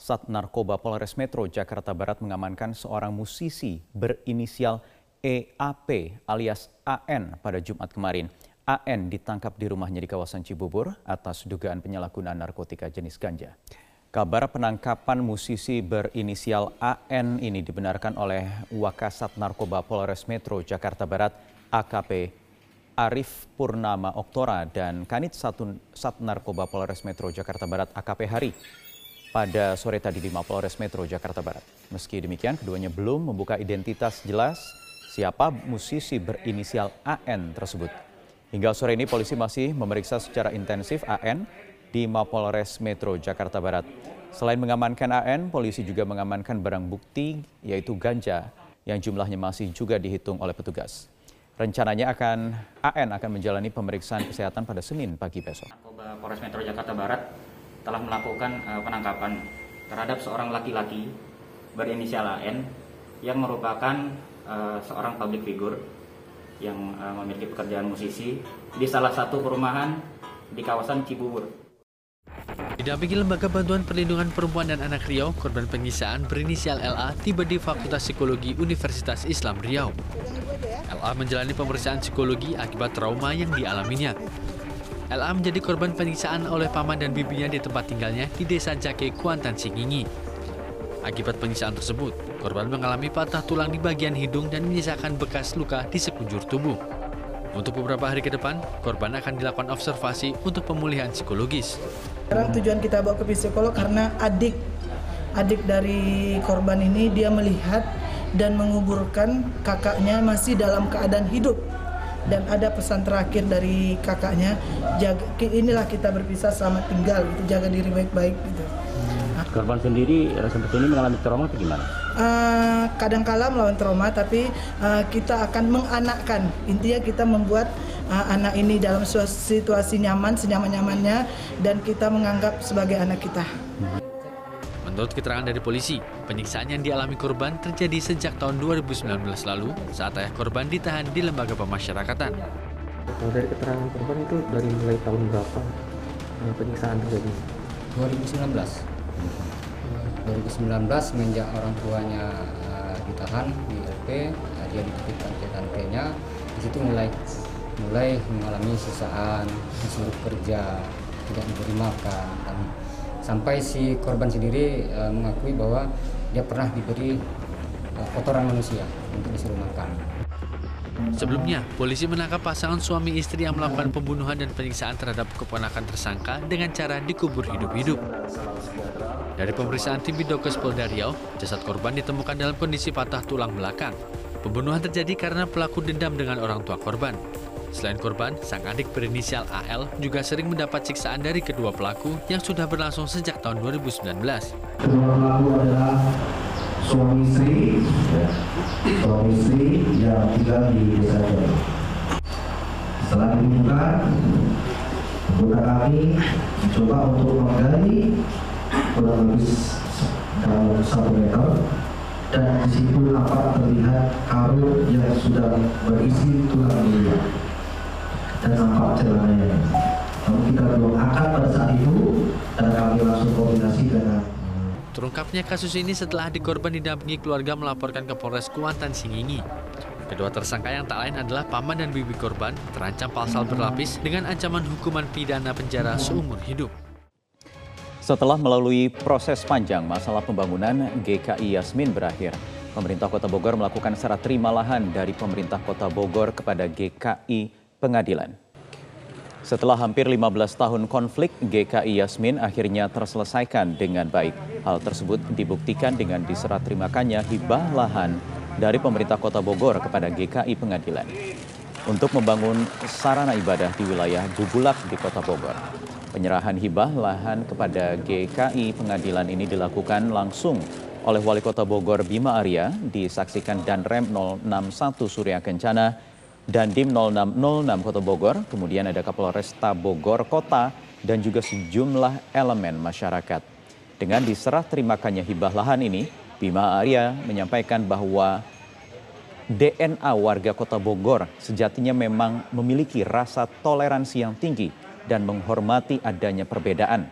Sat Narkoba Polres Metro Jakarta Barat mengamankan seorang musisi berinisial EAP alias AN pada Jumat kemarin. AN ditangkap di rumahnya di kawasan Cibubur atas dugaan penyalahgunaan narkotika jenis ganja. Kabar penangkapan musisi berinisial AN ini dibenarkan oleh Wakasat Narkoba Polres Metro Jakarta Barat AKP Arif Purnama Oktora dan Kanit Sat Narkoba Polres Metro Jakarta Barat AKP Hari pada sore tadi di Mapolres Metro Jakarta Barat. Meski demikian, keduanya belum membuka identitas jelas siapa musisi berinisial AN tersebut. Hingga sore ini polisi masih memeriksa secara intensif AN di Mapolres Metro Jakarta Barat. Selain mengamankan AN, polisi juga mengamankan barang bukti yaitu ganja yang jumlahnya masih juga dihitung oleh petugas. Rencananya AN akan menjalani pemeriksaan kesehatan pada Senin pagi besok. Narkoba Polres Metro Jakarta Barat telah melakukan penangkapan terhadap seorang laki-laki berinisial AN yang merupakan seorang public figure yang memiliki pekerjaan musisi di salah satu perumahan di kawasan Cibubur. Didampingi Lembaga Bantuan Perlindungan Perempuan dan Anak Riau, korban penyiksaan berinisial LA tiba di Fakultas Psikologi Universitas Islam Riau. LA menjalani pemeriksaan psikologi akibat trauma yang dialaminya. LA menjadi korban penyiksaan oleh paman dan bibinya di tempat tinggalnya di Desa Jake, Kuantan, Singingi. Akibat penyiksaan tersebut, korban mengalami patah tulang di bagian hidung dan menyisakan bekas luka di sekujur tubuh. Untuk beberapa hari ke depan, korban akan dilakukan observasi untuk pemulihan psikologis. Sekarang tujuan kita bawa ke psikolog karena adik dari korban ini dia melihat dan menguburkan kakaknya masih dalam keadaan hidup. Dan ada pesan terakhir dari kakaknya, inilah kita berpisah selamat tinggal, gitu, jaga diri baik-baik. Gitu. Korban sendiri seperti ini mengalami trauma atau gimana? Kadang-kala melawan trauma, tapi kita akan menganakkan. Intinya kita membuat anak ini dalam situasi nyaman, senyaman-nyamannya, dan kita menganggap sebagai anak kita. Menurut keterangan dari polisi, penyiksaan yang dialami korban terjadi sejak tahun 2019 lalu saat ayah korban ditahan di lembaga pemasyarakatan. Kalau dari keterangan korban itu dari mulai tahun berapa penyiksaan terjadi? 2019 semenjak orang tuanya ditahan di LP, dia dititipkan ke tantenya. Di situ mulai mengalami siksaan, disuruh kerja, tidak diberi makan, dan sampai si korban sendiri mengakui bahwa dia pernah diberi kotoran manusia untuk disuruh makan. Sebelumnya, polisi menangkap pasangan suami istri yang melakukan pembunuhan dan penyiksaan terhadap keponakan tersangka dengan cara dikubur hidup-hidup. Dari pemeriksaan tim Bidokes Polda Riau, jasad korban ditemukan dalam kondisi patah tulang belakang. Pembunuhan terjadi karena pelaku dendam dengan orang tua korban. Selain korban, sang adik berinisial AL juga sering mendapat siksaan dari kedua pelaku yang sudah berlangsung sejak tahun 2019. Kedua pelaku adalah suami istri yang tinggal di desa Jaya. Setelah ditemukan, anggota kami mencoba untuk menggali kurang lebih dalam 1 meter, dan di situ nampak terlihat karung yang sudah berisi tulang iga dan nampak celananya. Namun kita belum angkat pada saat itu dan kami langsung koordinasi dengan. Terungkapnya kasus ini setelah adik korban didampingi keluarga melaporkan ke Polres Kuantan, Singingi. Kedua tersangka yang tak lain adalah paman dan bibi korban terancam pasal berlapis dengan ancaman hukuman pidana penjara seumur hidup. Setelah melalui proses panjang, masalah pembangunan GKI Yasmin berakhir. Pemerintah Kota Bogor melakukan serah terima lahan dari pemerintah Kota Bogor kepada GKI Pengadilan. Setelah hampir 15 tahun konflik, GKI Yasmin akhirnya terselesaikan dengan baik. Hal tersebut dibuktikan dengan diserah terimakannya hibah lahan dari pemerintah Kota Bogor kepada GKI Pengadilan untuk membangun sarana ibadah di wilayah Bubulak di Kota Bogor. Penyerahan hibah lahan kepada GKI Pengadilan ini dilakukan langsung oleh Wali Kota Bogor Bima Arya, disaksikan Danrem 061 Surya Kencana dan Dim 0606 Kota Bogor, kemudian ada Kapolresta Bogor Kota dan juga sejumlah elemen masyarakat. Dengan diserah terimakannya hibah lahan ini, Bima Arya menyampaikan bahwa DNA warga Kota Bogor sejatinya memang memiliki rasa toleransi yang tinggi dan menghormati adanya perbedaan.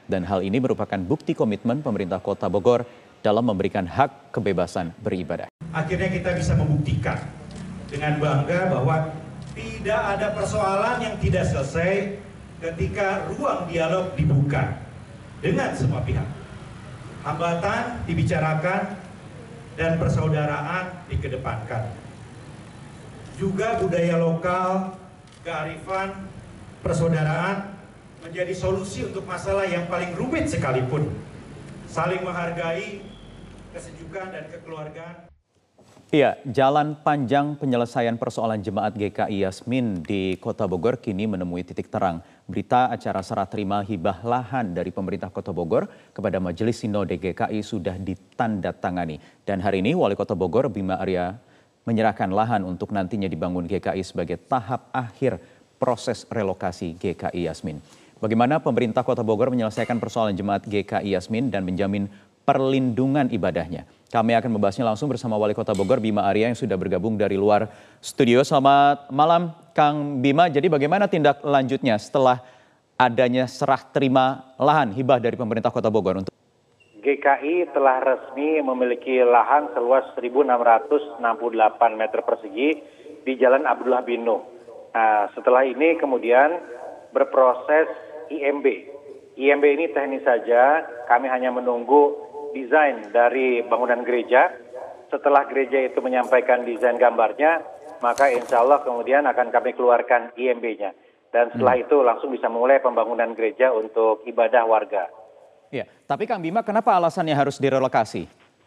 Dan hal ini merupakan bukti komitmen pemerintah Kota Bogor dalam memberikan hak kebebasan beribadah. Akhirnya kita bisa membuktikan dengan bangga bahwa tidak ada persoalan yang tidak selesai ketika ruang dialog dibuka dengan semua pihak. Hambatan dibicarakan dan persaudaraan dikedepankan. Juga budaya lokal, kearifan, persaudaraan menjadi solusi untuk masalah yang paling rumit sekalipun. Saling menghargai, kesejukan dan kekeluargaan. Iya, jalan panjang penyelesaian persoalan jemaat GKI Yasmin di Kota Bogor kini menemui titik terang. Berita acara serah terima hibah lahan dari pemerintah Kota Bogor kepada Majelis Sinode GKI sudah ditandatangani. Dan hari ini Wali Kota Bogor Bima Arya menyerahkan lahan untuk nantinya dibangun GKI sebagai tahap akhir proses relokasi GKI Yasmin. Bagaimana pemerintah Kota Bogor menyelesaikan persoalan jemaat GKI Yasmin dan menjamin perlindungan ibadahnya? Kami akan membahasnya langsung bersama Wali Kota Bogor Bima Arya yang sudah bergabung dari luar studio. Selamat malam Kang Bima. Jadi bagaimana tindak lanjutnya setelah adanya serah terima lahan hibah dari pemerintah Kota Bogor? GKI telah resmi memiliki lahan seluas 1.668 meter persegi di Jalan Abdullah bin Nuh. Nah, setelah ini kemudian berproses IMB. IMB ini teknis saja, kami hanya menunggu desain dari bangunan gereja. Setelah gereja itu menyampaikan desain gambarnya, maka insya Allah kemudian akan kami keluarkan IMB-nya. Dan setelah itu langsung bisa mulai pembangunan gereja untuk ibadah warga. Ya, tapi Kang Bima, kenapa alasannya harus direlokasi?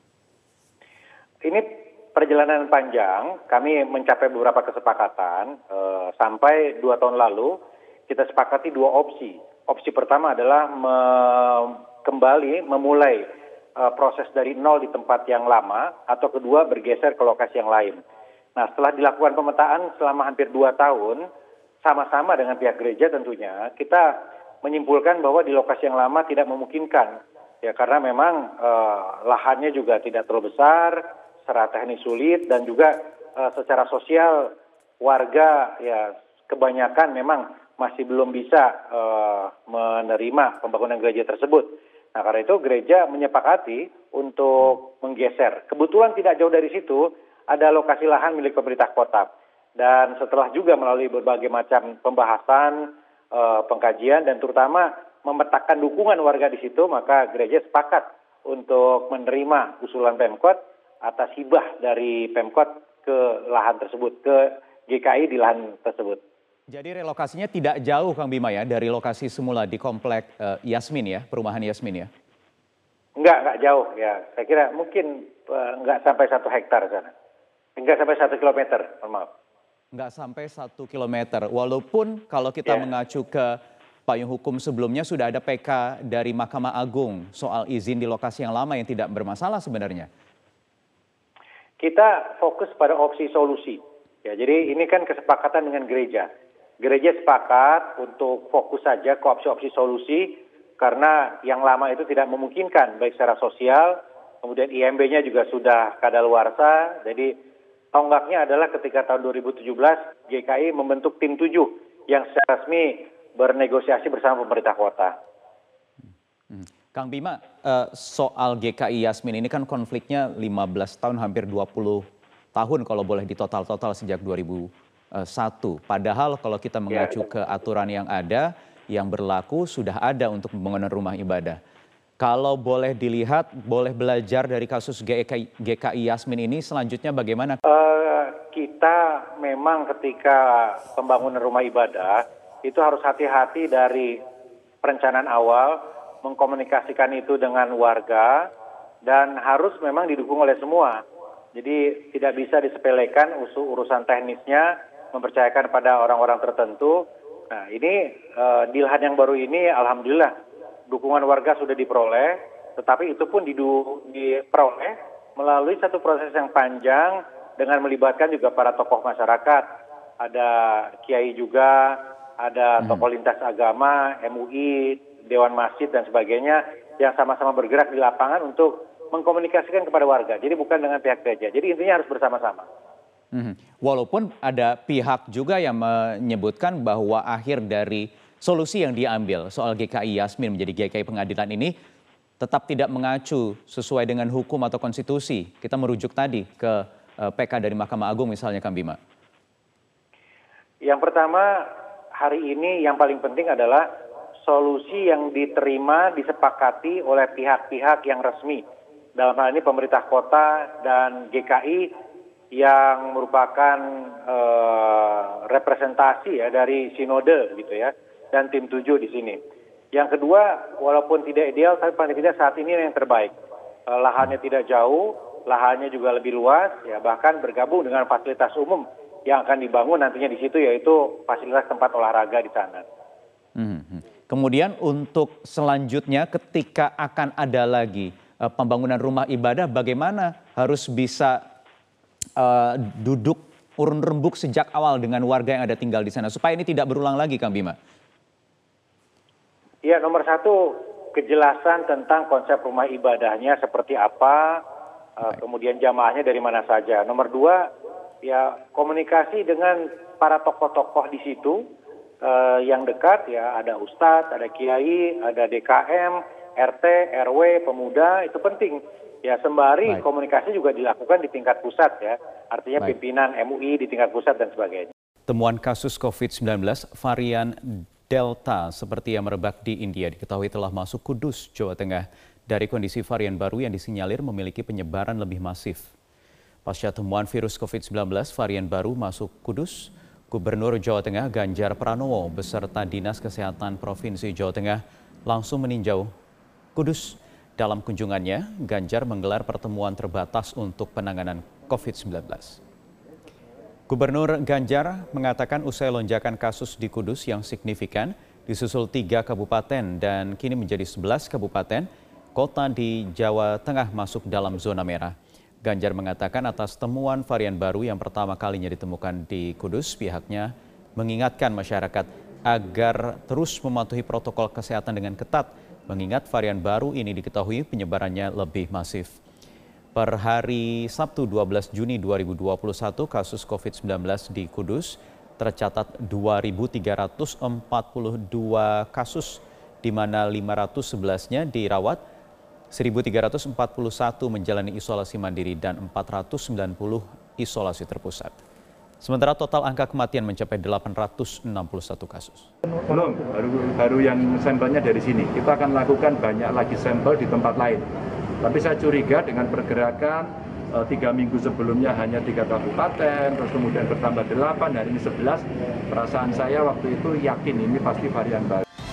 Ini perjalanan panjang, kami mencapai beberapa kesepakatan. Sampai 2 tahun lalu, kita sepakati 2 opsi. Opsi pertama adalah kembali memulai proses dari nol di tempat yang lama, atau kedua bergeser ke lokasi yang lain. Nah, setelah dilakukan pemetaan selama hampir 2 tahun, sama-sama dengan pihak gereja tentunya, kita menyimpulkan bahwa di lokasi yang lama tidak memungkinkan. Ya, karena memang lahannya juga tidak terlalu besar, secara teknis sulit, dan juga secara sosial warga ya kebanyakan memang masih belum bisa menerima pembangunan gereja tersebut. Nah, karena itu gereja menyepakati untuk menggeser. Kebetulan tidak jauh dari situ ada lokasi lahan milik pemerintah kota. Dan setelah juga melalui berbagai macam pembahasan, pengkajian, dan terutama memetakan dukungan warga di situ, maka gereja sepakat untuk menerima usulan Pemkot atas hibah dari Pemkot ke lahan tersebut, ke GKI di lahan tersebut. Jadi relokasinya tidak jauh Kang Bima ya dari lokasi semula di komplek Yasmin ya, perumahan Yasmin ya? Enggak jauh ya. Saya kira mungkin enggak sampai 1 hektar sana. Enggak sampai 1 kilometer, maaf. Enggak sampai 1 kilometer. Walaupun kalau kita mengacu ke payung hukum sebelumnya sudah ada PK dari Mahkamah Agung soal izin di lokasi yang lama yang tidak bermasalah sebenarnya. Kita fokus pada opsi solusi. Ya, jadi ini kan kesepakatan dengan gereja. Gereja sepakat untuk fokus saja ke opsi-opsi solusi karena yang lama itu tidak memungkinkan baik secara sosial, kemudian IMB-nya juga sudah kadaluarsa. Jadi tonggaknya adalah ketika tahun 2017 GKI membentuk tim 7 yang secara resmi bernegosiasi bersama pemerintah kota. Kang Bima, soal GKI Yasmin ini kan konfliknya 15 tahun, hampir 20 tahun kalau boleh ditotal-total sejak 2001. Padahal kalau kita mengacu ke aturan yang ada, yang berlaku sudah ada untuk pembangunan rumah ibadah. Kalau boleh dilihat, boleh belajar dari kasus GKI Yasmin ini selanjutnya bagaimana? Kita memang ketika pembangunan rumah ibadah itu harus hati-hati dari perencanaan awal, mengkomunikasikan itu dengan warga, dan harus memang didukung oleh semua. Jadi tidak bisa disepelekan urusan teknisnya, mempercayakan pada orang-orang tertentu. Nah, ini di lahan yang baru ini alhamdulillah dukungan warga sudah diperoleh, tetapi itu pun diperoleh melalui satu proses yang panjang dengan melibatkan juga para tokoh masyarakat. Ada kiai juga, ada tokoh lintas agama, MUI, Dewan Masjid dan sebagainya yang sama-sama bergerak di lapangan untuk mengkomunikasikan kepada warga. Jadi bukan dengan pihak gereja. Jadi intinya harus bersama-sama. Walaupun ada pihak juga yang menyebutkan bahwa akhir dari solusi yang diambil soal GKI Yasmin menjadi GKI pengadilan ini tetap tidak mengacu sesuai dengan hukum atau konstitusi. Kita merujuk tadi ke PK dari Mahkamah Agung misalnya, Kang Bima. Yang pertama, hari ini yang paling penting adalah solusi yang diterima, disepakati oleh pihak-pihak yang resmi. Dalam hal ini pemerintah kota dan GKI yang merupakan representasi ya dari sinode gitu ya, dan tim 7 di sini. Yang kedua, walaupun tidak ideal, tapi paling tidak saat ini yang terbaik. Lahannya tidak jauh, lahannya juga lebih luas, ya bahkan bergabung dengan fasilitas umum yang akan dibangun nantinya di situ, yaitu fasilitas tempat olahraga di sana. Kemudian untuk selanjutnya ketika akan ada lagi pembangunan rumah ibadah, bagaimana harus bisa duduk urun rembuk sejak awal dengan warga yang ada tinggal di sana supaya ini tidak berulang lagi, Kang Bima? Ya, nomor satu, kejelasan tentang konsep rumah ibadahnya seperti apa, kemudian jamaahnya dari mana saja. Nomor dua, ya komunikasi dengan para tokoh-tokoh di situ yang dekat, ya ada ustadz, ada kiai, ada DKM, RT, RW, pemuda, itu penting. Ya sembari komunikasi juga dilakukan di tingkat pusat ya, artinya pimpinan MUI di tingkat pusat dan sebagainya. Temuan kasus COVID-19 varian Delta seperti yang merebak di India diketahui telah masuk Kudus, Jawa Tengah dari kondisi varian baru yang disinyalir memiliki penyebaran lebih masif. Pasca temuan virus COVID-19 varian baru masuk Kudus, Gubernur Jawa Tengah Ganjar Pranowo beserta Dinas Kesehatan Provinsi Jawa Tengah langsung meninjau Kudus. Dalam kunjungannya, Ganjar menggelar pertemuan terbatas untuk penanganan COVID-19. Gubernur Ganjar mengatakan usai lonjakan kasus di Kudus yang signifikan, disusul 3 kabupaten dan kini menjadi 11 kabupaten, kota di Jawa Tengah masuk dalam zona merah. Ganjar mengatakan atas temuan varian baru yang pertama kalinya ditemukan di Kudus, pihaknya mengingatkan masyarakat agar terus mematuhi protokol kesehatan dengan ketat, mengingat varian baru ini diketahui penyebarannya lebih masif. Per hari Sabtu 12 Juni 2021, kasus COVID-19 di Kudus tercatat 2.342 kasus, di mana 511-nya dirawat, 1.341 menjalani isolasi mandiri, dan 490 isolasi terpusat. Sementara total angka kematian mencapai 861 kasus. Belum, baru yang sampelnya dari sini. Kita akan lakukan banyak lagi sampel di tempat lain. Tapi saya curiga dengan pergerakan 3 minggu sebelumnya hanya 3 kabupaten, terus kemudian bertambah 8, hari ini 11. Perasaan saya waktu itu yakin ini pasti varian baru.